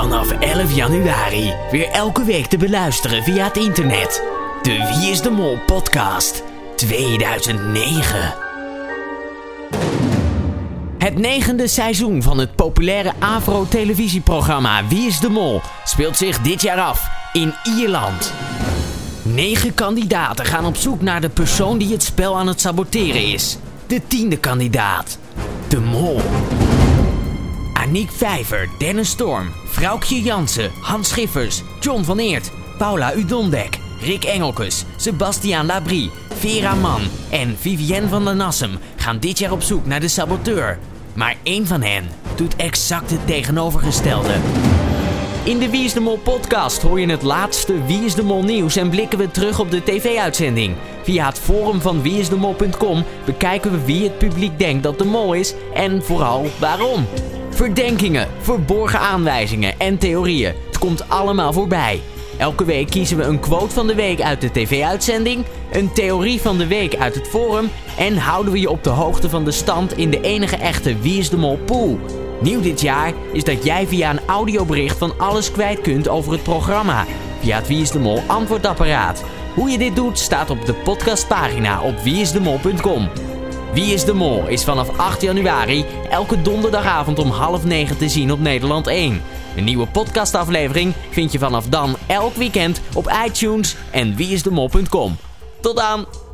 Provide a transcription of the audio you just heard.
Vanaf 11 januari weer elke week te beluisteren via het internet. De Wie is de Mol podcast 2009. Het 9e seizoen van het populaire Avro-televisieprogramma Wie is de Mol speelt zich dit jaar af in Ierland. 9 kandidaten gaan op zoek naar de persoon die het spel aan het saboteren is. De 10e kandidaat, de Mol. Aniek Vijver, Dennis Storm, Vrouwkje Jansen, Hans Schiffers, John van Eert, Paula Udondek, Rick Engelkes, Sebastiaan Labrie, Vera Mann en Vivienne van der Nassem gaan dit jaar op zoek naar de saboteur. Maar één van hen doet exact het tegenovergestelde. In de Wie is de Mol podcast hoor je het laatste Wie is de Mol nieuws en blikken we terug op de tv-uitzending. Via het forum van wieisdemol.com bekijken we wie het publiek denkt dat de mol is en vooral waarom. Verdenkingen, verborgen aanwijzingen en theorieën. Het komt allemaal voorbij. Elke week kiezen we een quote van de week uit de tv-uitzending, een theorie van de week uit het forum en houden we je op de hoogte van de stand in de enige echte Wie is de Mol pool. Nieuw dit jaar is dat jij via een audiobericht van alles kwijt kunt over het programma. Via het Wie is de Mol antwoordapparaat. Hoe je dit doet staat op de podcastpagina op wieisdemol.com. Wie is de Mol is vanaf 8 januari elke donderdagavond om 20:30 te zien op Nederland 1. Een nieuwe podcastaflevering vind je vanaf dan elk weekend op iTunes en wieisdemol.com. Tot dan!